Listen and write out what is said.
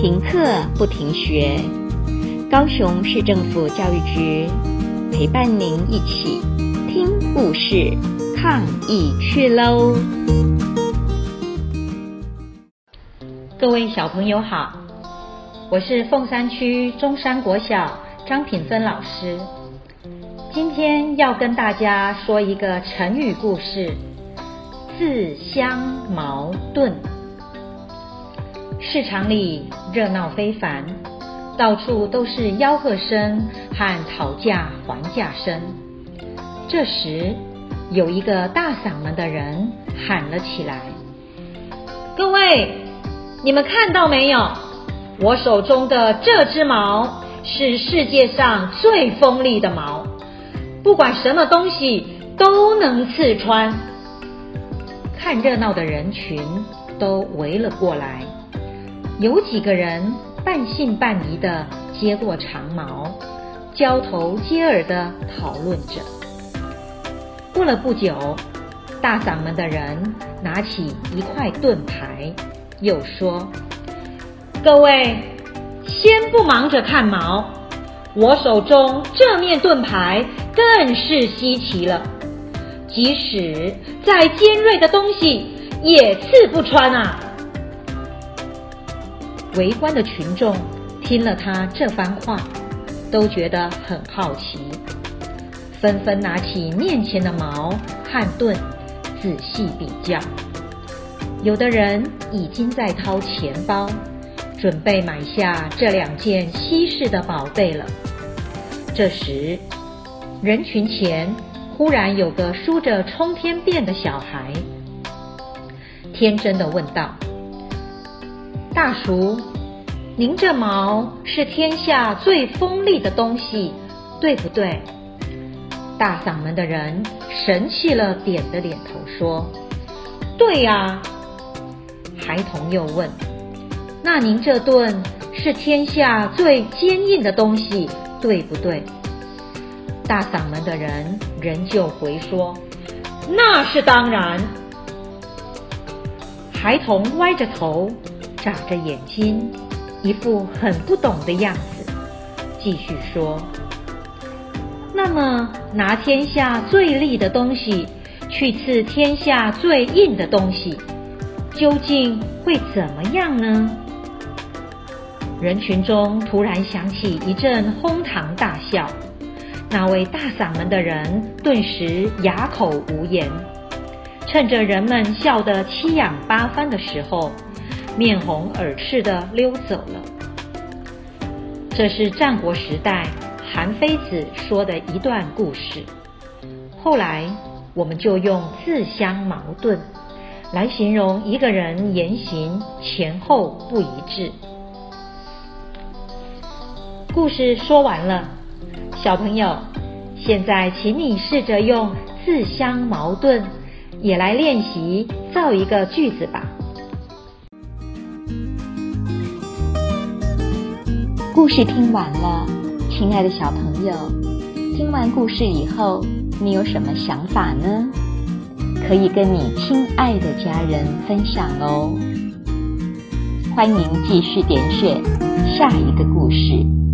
停课不停学，高雄市政府教育局陪伴您一起听故事、抗疫去喽！ 各位小朋友好，我是凤山区中山国小张品芬老师。今天要跟大家说一个成语故事，自相矛盾。市场里热闹非凡，到处都是吆喝声和讨价还价声。这时，有一个大嗓门的人喊了起来：各位，你们看到没有？我手中的这只矛是世界上最锋利的矛，不管什么东西都能刺穿。看热闹的人群都围了过来，有几个人半信半疑地接过长矛，交头接耳地讨论着。过了不久，大嗓门的人拿起一块盾牌，又说：各位，先不忙着看矛，我手中这面盾牌更是稀奇了，即使再尖锐的东西也刺不穿啊！围观的群众听了他这番话，都觉得很好奇，纷纷拿起面前的矛和盾仔细比较。有的人已经在掏钱包，准备买下这两件稀世的宝贝了。这时，人群前忽然有个梳着冲天辫的小孩，天真地问道：大叔，您这矛是天下最锋利的东西，对不对？大嗓门的人神气了，点了点头说：对呀。孩童又问：那您这盾是天下最坚硬的东西，对不对？大嗓门的人仍旧回说：那是当然。孩童歪着头，眨着眼睛，一副很不懂的样子，继续说：那么拿天下最利的东西去刺天下最硬的东西，究竟会怎么样呢？人群中突然响起一阵哄堂大笑，那位大嗓门的人顿时哑口无言，趁着人们笑得七仰八翻的时候，面红耳赤地溜走了。这是战国时代韩非子说的一段故事，后来我们就用自相矛盾来形容一个人言行前后不一致。故事说完了，小朋友，现在请你试着用自相矛盾也来练习造一个句子吧。 故事听完了，亲爱的小朋友，听完故事以后，你有什么想法呢？可以跟你亲爱的家人分享哦。欢迎继续点选下一个故事。